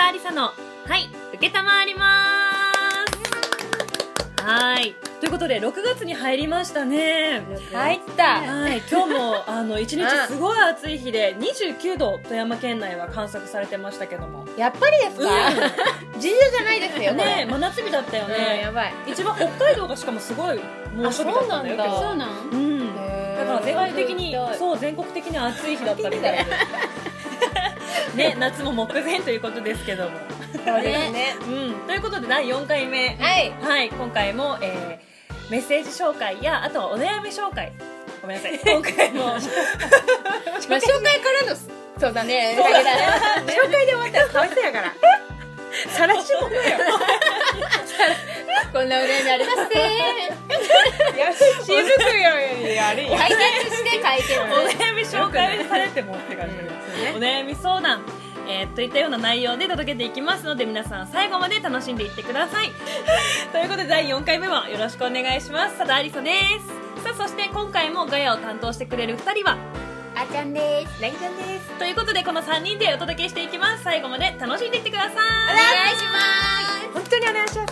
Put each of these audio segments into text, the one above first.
田理沙のはい受けたまわります。はい、ということで6月に入りましたね。 入った。 はい、今日も一日すごい暑い日で29度富山県内は観測されてましたけども、 やっぱりですか？尋常じゃないですよね。真夏日だったよね。 やばい。 一番北海道がしかもすごい猛暑日だったんだよ。 そうなん。 うん。だから全国的に全国的に暑い日だったみたいで。ね、夏も目前ということですけども。 そうですね。 ということで第4回目。はい、今回もメッセージ紹介やあとはお悩み紹介。ごめんなさい。今回も紹介からのそうだね。紹介で終わったらかわいそうやから。晒し物よ。こんなお悩みありません。しぶくよりあり。解決して解決。 お悩み紹介されてもって感じですよね。お悩み相談。といったような内容で届けていきますので、皆さん最後まで楽しんでいってください。ということで第4回目もよろしくお願いします。佐田ありさです。さあ、そして今回もガヤを担当してくれる2人はあちゃんです。なぎちゃんです。 ということでこの3人でお届けしていきます。最後まで楽しんでいってください。 お願いします。本当にお願いします。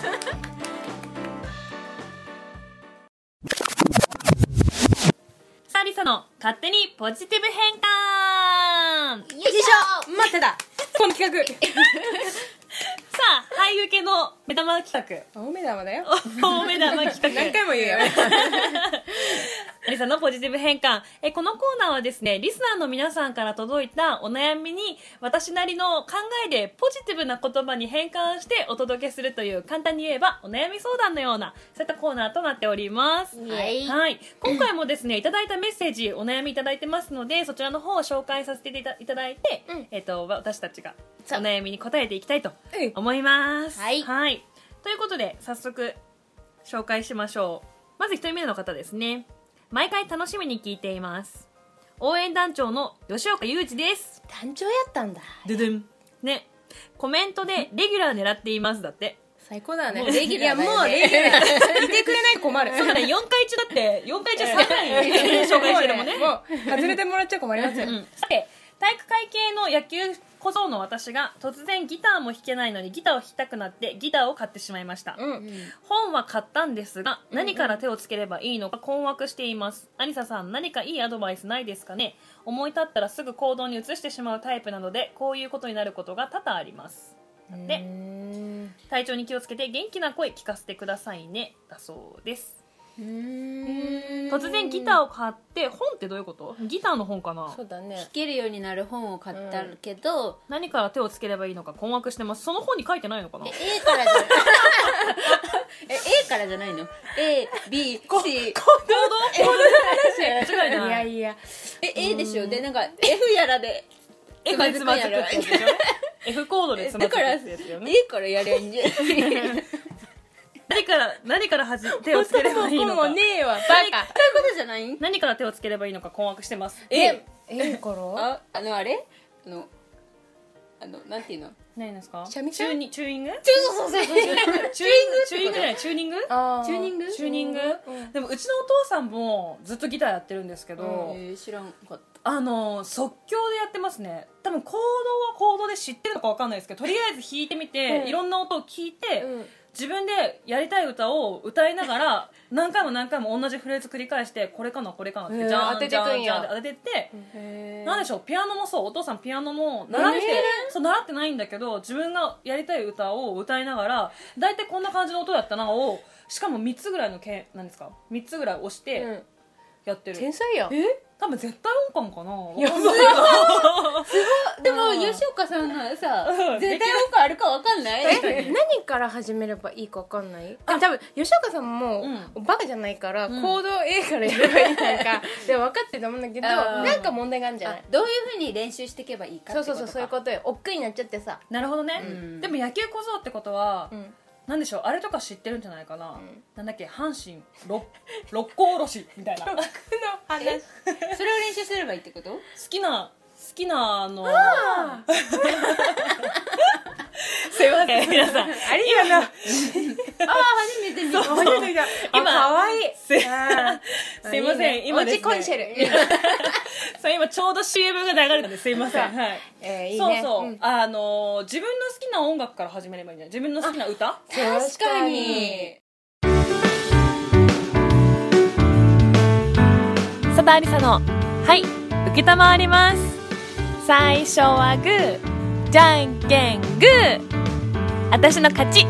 佐田ありさの勝手にポジティブ変換。 よいしょ。待ってた。この企画。 さあ、俳優系の目玉企画。 大目玉だよ。 大目玉企画。 何回も言うよ。 ありさのポジティブ変換。このコーナーはですね、リスナーの皆さんから届いたお悩みに私なりの考えでポジティブな言葉に変換してお届けするという、簡単に言えばお悩み相談のようなそういったコーナーとなっております。 はい。 今回もですね、いただいたメッセージ、お悩みいただいてますので、そちらの方を紹介させていただいて、私たちがお悩みに答えていきたいと思います。はい。ということで、早速紹介しましょう。まず1人目の方ですね。毎回楽しみに聞いています。応援団長の吉岡裕二です。 団長やったんだ。 ドゥドゥン。ね。コメントでレギュラー狙っていますだって。 最高だね。 もうレギュラーだよね。 いや、もうレギュラー。いてくれないと困る。 そうだね、4回中だって、4回中3回紹介してるもんね。 もう、外れてもらっちゃ困りますよ。 さて、体育会系の野球小僧の私が突然ギターも弾けないのにギターを弾きたくなってギターを買ってしまいました。本は買ったんですが、何から手をつければいいのか困惑しています。アリサさん、何かいいアドバイスないですかね。思い立ったらすぐ行動に移してしまうタイプなので、こういうことになることが多々あります。で、体調に気をつけて元気な声聞かせてくださいね、だそうです。突然ギターを買って、本ってどういうこと？ギターの本かな？ そうだね。 弾けるようになる本を買ったけど、 何から手をつければいいのか困惑してます。その本に書いてないのかな？ A からじゃA からじゃないの？ A、B、C コードいやいや。 A でしょ。で、なんか F やらで F でつまずくってやつでしょ。F コードでつまずくってやつよね。 A からやりゃいいんじゃない何から手をつければいいのか。 もうねえわ、バカ。 そういうことじゃない？ 何から手をつければいいのか困惑してます。 A からあれなんていうの？ 何ですか？ 三味線？ チューニング？ そうチューニングじゃない、チューニング？チューニング？でもうちのお父さんもずっとギターやってるんですけど、 知らんかった。 即興でやってますね。多分コードはコードで知ってるのか分かんないですけど、とりあえず弾いてみて、いろんな音を聞いて、自分でやりたい歌を歌いながら何回も何回も同じフレーズ繰り返して、これかなこれかなってジャンジャンジャンって当ててって、なんでしょう、ピアノもそう、お父さんピアノも習ってないんだけど、自分がやりたい歌を歌いながら、だいたいこんな感じの音やったなを、しかも3つぐらいのなんですか、3つぐらい押してやってる。 天才や。 多分絶対音感かな。 でも吉岡さんがさ、絶対音感あるか分かんない？ 何から始めればいいか分かんない？多分吉岡さんもバカじゃないからコード A からやればいいなんかで分かってると思うんだけど、なんか問題があるんじゃない？ どういうふうに練習していけばいいかってことか。 そういうことよ。億劫になっちゃってさ。 なるほどね。でも野球小僧ってことは、なんでしょう、あれとか知ってるんじゃないかな。なんだっけ、阪神六甲おろしみたいな。 僕の話。 それを練習すればいいってこと？ 好きな好すいません皆さん、 ありがとう。 初めて見た。 今可愛い。 すいません、今ですね、 おうちコンシェル。 そう今ちょうど CM が流れたんですいません。はい、 いいね。 そうそう、自分の好きな音楽から始めればいいんじゃない？自分の好きな歌。 確かに。 佐田ありさのはい受けたまわります。最初はグー、じゃんけんグー、私の勝ち。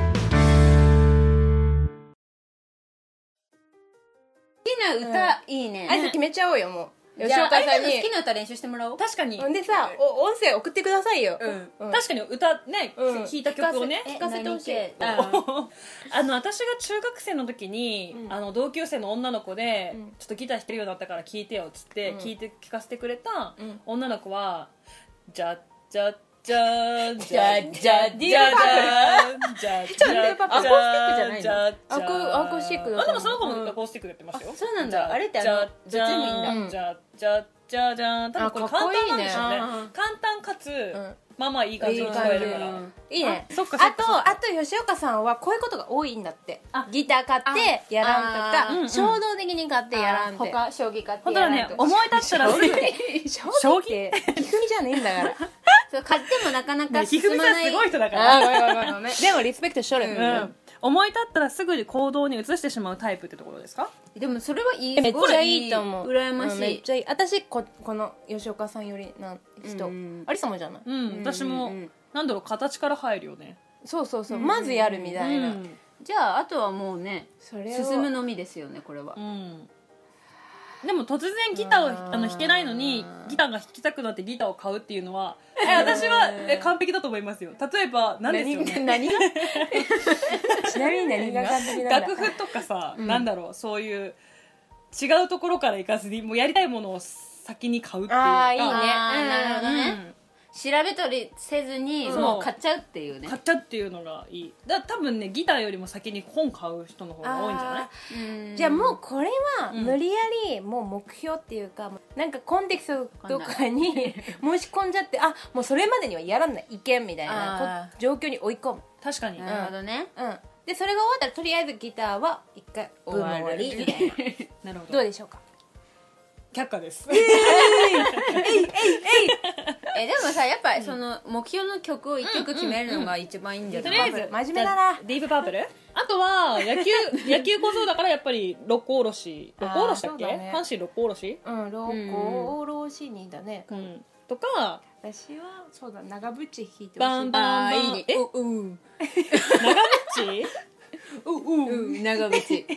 好きな歌いいね。 あいつ決めちゃおうよ、もう。吉じゃあ岡さんに好きな歌練習してもらおう。 確かに。 でさ、音声送ってくださいよ。 確かに歌ね、弾いた曲をね聞かせてほしい。 私が中学生の時に、同級生の女の子で、ちょっとギター弾けるようになったから聴いてよっつって、聞かせてくれた女の子は、じゃじゃじゃーじゃじゃじゃじゃじゃじゃアコースティックじゃないの？アコースティックだ。 でもその子もアコースティックでやってましたよ。 そうなんだ。あれってどっちもいいんだ。 じゃじゃじゃじゃーん。多分これ簡単なんでしょうね。簡単かつまあまあいい感じに聞こえるからいいね。 そっかそっか。 あと吉岡さんはこういうことが多いんだって。ギター買ってやらんとか、衝動的に買ってやらんって。 他将棋買って本当だね、思い立ったら将棋ってひふみじゃねえんだから。 買ってもなかなかひふみさんすごい人だかごら。 めん。でもリスペクトしとる。 思い立ったらすぐに行動に移してしまうタイプってところですか？ でもそれはいい。 めっちゃいいと思う。 羨ましい。 めっちゃいい。私この吉岡さんよりな人、ありさもじゃない？ 私もなんだろう、形から入るよね。 そうそうそう、まずやるみたいな。 じゃああとはもうね、進むのみですよね、これは。 でも突然ギターを弾けないのにギターが弾きたくなってギターを買うっていうのは私は完璧だと思いますよ。例えば何ですよね。 何がちなみに何が完璧なんだ。 楽譜とかさ、なんだろう、そういう違うところから行かずにもうやりたいものを先に買うっていうのがいいね。 なるほどね。調べ取りせずにもう買っちゃうっていうね。 買っちゃうっていうのがいい。多分ね、ギターよりも先に本買う人の方が多いんじゃない？ じゃあもうこれは無理やりもう目標っていうか、なんかコンテキストとかに申し込んじゃって、もうそれまでにはやらないいけんみたいな状況に追い込む。 確かに。 なるほどね。 でそれが終わったらとりあえずギターは一回終わりみたいな。 なるほど。 どうでしょうか？ 却下です。 でもさ、やっぱりその目標の曲を1曲決めるのが一番いいんじゃない？ とりあえず真面目だな。 ディープパープル。あとは野球小僧だからやっぱり六甲おろしだっけ？阪神六甲おろし？ 六甲おろしにだね。 とか私はそうだ、長渕弾いてほしい。 バンバンバン。 いいね。 長渕？ 長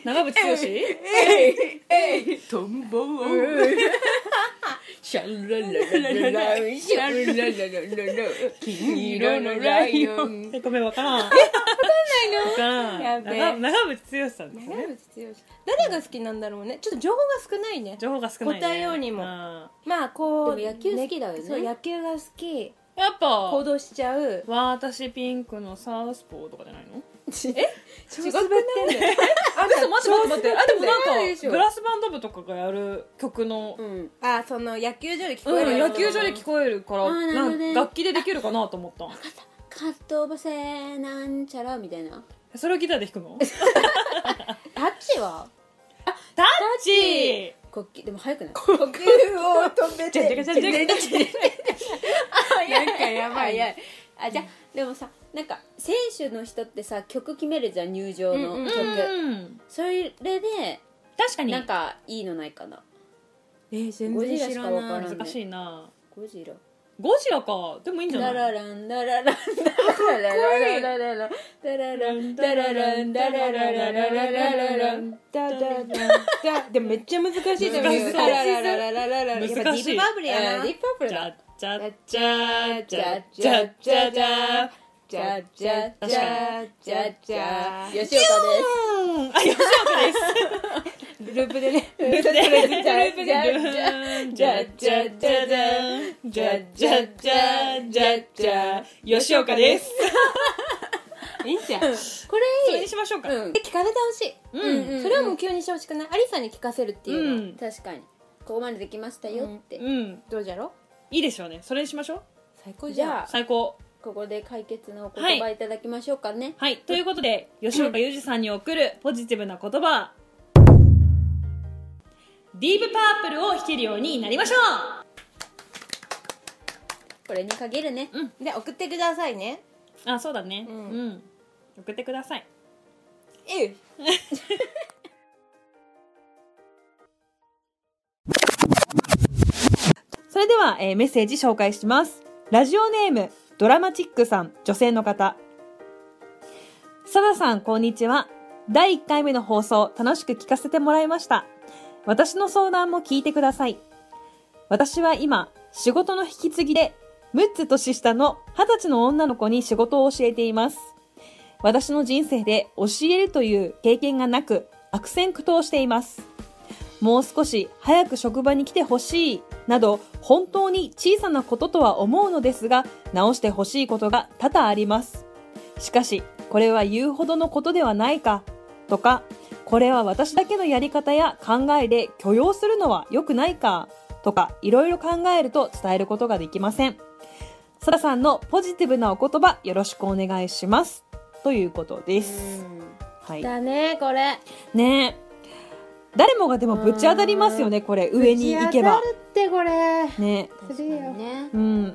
渕剛？ トンボをシャラララララシャララララ金色のライオン。 ごめん、わからん。わからん。 やべえ。 長渕剛さんですね。 誰が好きなんだろうね。ちょっと情報が少ないね。 情報が少ないね。 答えようにも。まあこうでも野球好きだよね。 そう、野球が好き。 やっぱ行動しちゃう。 私ピンクのサウスポーとかじゃないの？ 違くない？ 待って。でもなんかブラスバンド部とかがやる曲の、 その野球場で聞こえる。 野球場で聞こえるからなんか楽器でできるかなと思った。 かっ飛ばせなんちゃらみたいな。 それをギターで弾くの？ タッチは？ タッチ。 国旗でも早くない？ 呼吸を止めて。なんかやばい。 じゃあでもさ、なんか選手の人ってさ曲決めるじゃん、入場の曲。それで確かになんかいいのないかな。 全然知らない。 難しいな。 ゴジラか。でもいいんじゃない？ ダラランダラランダラララララララダラランダラランダララララララランダダダ。 でもめっちゃ難しいと思う。ダラララララララ。やっぱディープパープルやな。 ディープパープルだ。 チャッチャチャッチャッチャチャじゃじゃじゃじゃじゃ吉岡です。 吉岡です。 ループでね。 じゃじゃじゃじゃじゃじゃじゃじゃじゃ吉岡です。 いいんじゃん。これいい。 それにしましょうか。 聞かれてほしい。それを目標にしてほしくない？アリさんに聞かせるっていうの。 確かに。ここまでできましたよって。 どうじゃろ？ いいでしょうね。それにしましょう。 最高じゃん。 最高。 こここで解決のお言葉いただきましょうかね。 はい、ということで吉岡裕二さんに送るポジティブな言葉、ディープパープルを弾けるようになりましょこれに限るね。 で送ってくださいね。 う。あ、そうだね。送ってください。それでは、メッセージ紹介します。ラジオネームドラマチックさん、女性の方。サダさん、こんにちは。第1回目の放送、楽しく聞かせてもらいました。私の相談も聞いてください。私は今、仕事の引き継ぎで、6つ年下の20歳の女の子に仕事を教えています。私の人生で教えるという経験がなく、悪戦苦闘しています。もう少し早く職場に来てほしい、など、本当に小さなこととは思うのですが、直してほしいことが多々あります。しかし、これは言うほどのことではないか、とか、これは私だけのやり方や考えで許容するのは良くないか、とか、いろいろ考えると伝えることができません。サラさんのポジティブなお言葉、よろしくお願いします。ということです。はい。 だね、これ。 ねえ。誰もがでもぶち当たりますよね、これ。上に行けば。 ぶち当たるってこれ。 ね。 するよ。 ね。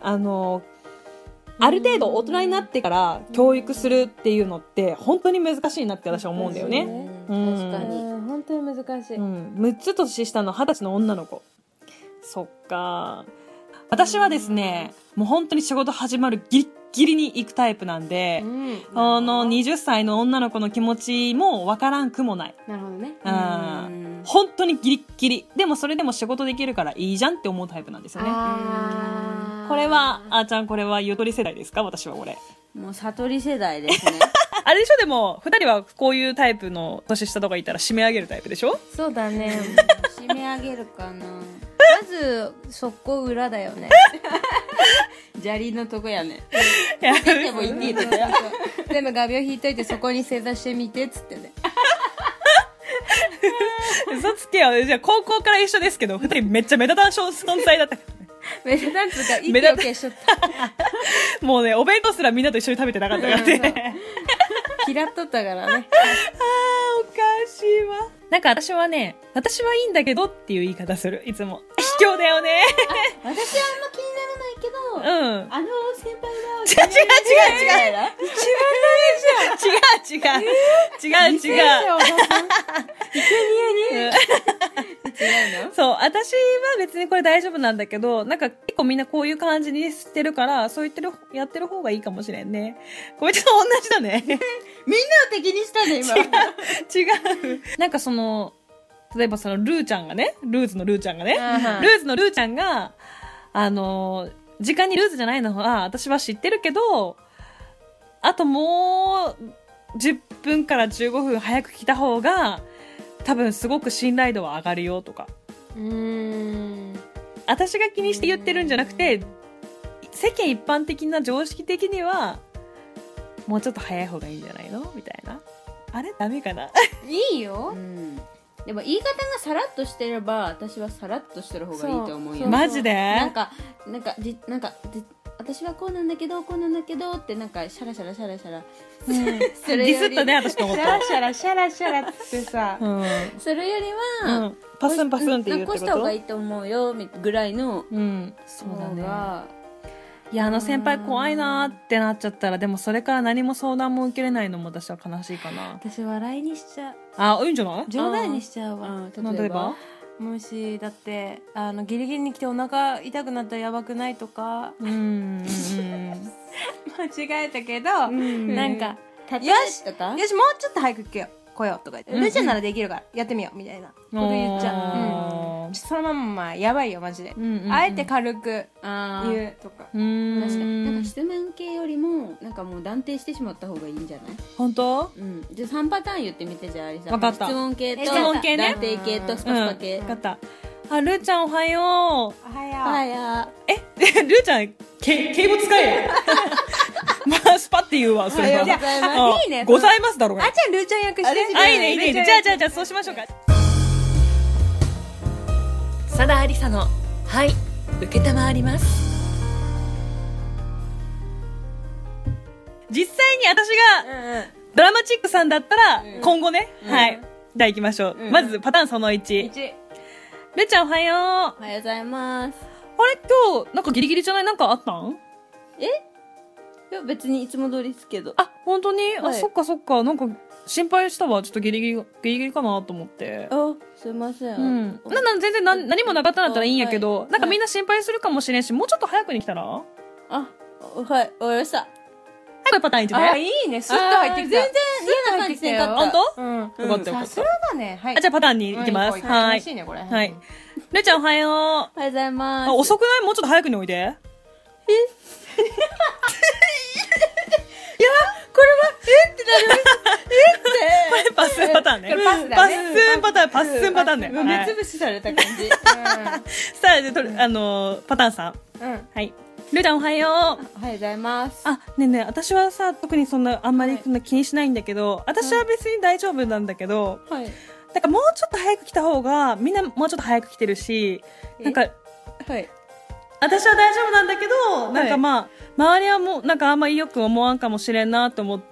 ある程度大人になってから教育するっていうのって本当に難しいなって私は思うんだよね。 確かに。 本当に難しい。 6つ年下の20歳の女の子。そっか。私はですね、もう本当に仕事始まるギリッギリに行くタイプなんで、20歳の女の子の気持ちもわからんくもない。 なるほどね。 本当にギリッギリ。でもそれでも仕事できるからいいじゃんって思うタイプなんですよね。これは、あーちゃん、これはゆとり世代ですか？私はこれ。 もう悟り世代ですね。 あれでしょ？でも、2人はこういうタイプの年下とかいたら締め上げるタイプでしょ？ そうだね。 締め上げるかな。 まず、速攻裏だよね。 砂利のとこやね。 でもいいとこや。 全部画鋲引いといてそこに正座してみてっつってね。 嘘つけよ。じゃあ高校から一緒ですけど、2人めっちゃ目立たん存在だった。 目立たんつうか、息を消しとった。 もうね、お弁当すらみんなと一緒に食べてなかったからね。 嫌っとったからね。 おかしいわ。なんか私はいいんだけどっていう言い方する。いつも。卑怯だよね。 私はあんま気にならないけど、 うん。 あの先輩は違う。そう、私は別にこれ大丈夫なんだけど、なんか結構みんなこういう感じにしてるから、そうやってる方がいいかもしれんね。こいつと同じだね。 みんなを敵にしたね、今。 違う。なんか例えばルーちゃんがね、ルーズのルーちゃんがね、ルーズのルーちゃんが、時間にルーズじゃないのは私は知ってるけど、あともう10分から15分早く来た方が多分すごく信頼度は上がるよとか。私が気にして言ってるんじゃなくて、世間一般的な常識的にはもうちょっと早い方がいいんじゃないのみたいな。あれダメかな。 いいよ。 でも言い方がさらっとしてれば、私はさらっとしてる方がいいと思うよ。 マジで？ なんか私はこうなんだけどってなんかシャラシャラ。 ディスったね、私のこと。 シャラシャラってさ。 それよりは、 パスンパスンって言うってこと？ 残した方がいいと思うよぐらいの。 そうだね。いや、先輩怖いなーってなっちゃったら、でもそれから何も相談も受けれないのも私は悲しいかな。 私笑いにしちゃう。 あ、いいんじゃない？ 冗談にしちゃうわ。 例えばもしだってギリギリに来てお腹痛くなったらやばくないとか。間違えたけど、なんかよしもうちょっと早く来ようとか言って、ルーちゃんならできるからやってみようみたいなこと言っちゃう。そのままやばいよマジで。あえて軽く言うとか。 確かになんか質問系よりもなんかもう断定してしまった方がいいんじゃない？ 本当？ じゃあ3パターン言ってみて。じゃあアリさん。 分かった。 質問系と断定系とスパスパ系。 分かった。あ、ルーちゃんおはよう。 おはよう。ルーちゃん敬語使えよ。まあスパって言うわ。それは。 いいね。 ございますだろうが。 あちゃんルーちゃん役して。 いいね。じゃあそうしましょうか。佐田ありさのはい、受けたまわります。 実際に私がドラマチックさんだったら今後ね、はい。じゃあ行きましょう。まずパターンその1。るちゃんおはよう。 おはようございます。 あれ今日なんかギリギリじゃない？なんかあったん？ いや別にいつも通りですけど。 あ、本当に？あ、そっかそっか。なんか心配したわ。ちょっとギリギリかなと思って。 あ、すいません。 全然何もなかったんだったらいいんやけど、なんかみんな心配するかもしれんし、もうちょっと早くに来たら？ あ、はい、わかりました。 これパターン1ね。 あ、いいね。スッと入ってきた。 全然嫌な感じせんかった。 本当？ うん。 よかったよかった。 さすがだね。はい。 じゃあパターンに行きます。はい。 楽しいね、これ。 はい。るちゃんおはよう。おはようございます。 あ、遅くない？もうちょっと早くにおいで。いや、 これはってなりました。 これパッスンパターンね。 パスだね。 パッスンパターンね。 目つぶしされた感じ。 さあ、パターン3。はい。るちゃんおはよう。 おはようございます。 あ、ねえねえ、私はさ、特にそんな、あんまり気にしないんだけど、私は別に大丈夫なんだけど、なんかもうちょっと早く来た方が、みんなもうちょっと早く来てるし、なんか、私は大丈夫なんだけど、なんかまあ、周りはもう、なんかあんまりよく思わんかもしれんなと思って、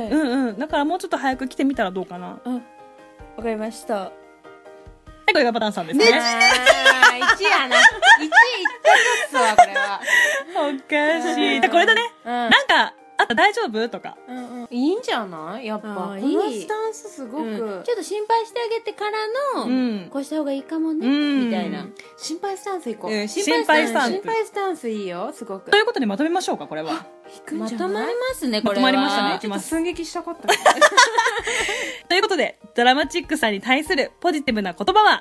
だからもうちょっと早く来てみたらどうかな。 わかりました。 はい、これがパターンさんですね。 1やな。1いったっすわ、これは。 おかしい。これだね。なんか、あった大丈夫とか。 いいんじゃないやっぱ。このスタンスすごく。 ちょっと心配してあげてからの、こうした方がいいかもね、みたいな。 心配スタンスいこう。 心配スタンス。 心配スタンスいいよ、すごく。 ということでまとめましょうか、これは。 まとまりますね、これは。 まとまりましたね。 ちょっと寸劇したかった。 ということで、ドラマチックさんに対するポジティブな言葉は、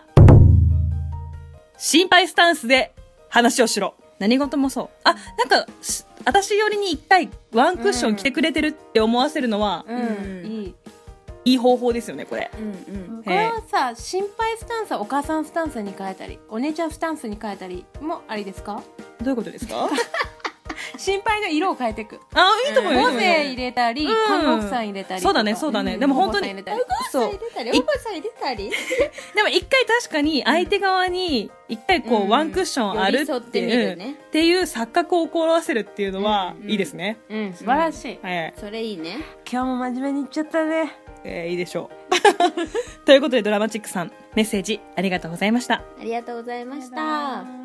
心配スタンスで話をしろ。何事もそう。あ、なんか、私よりに一回ワンクッション来てくれてるって思わせるのは、いい方法ですよね、これ。 これはさ、心配スタンスはお母さんスタンスに変えたり、お姉ちゃんスタンスに変えたりもありですか？ どういうことですか？ 心配の色を変えていく。 あ、いいと思うよ。 母性入れたり、看護婦さん入れたり。 そうだね、そうだね。でも本当に。 そう。おばさん入れたり。 でも一回確かに相手側に一回こうワンクッションあるっていう錯覚を起こらせるっていうのはいいですね。 素晴らしい。 それいいね。 今日も真面目に言っちゃったね。 いいでしょう。ということでドラマチックさん、メッセージありがとうございました。 ありがとうございました。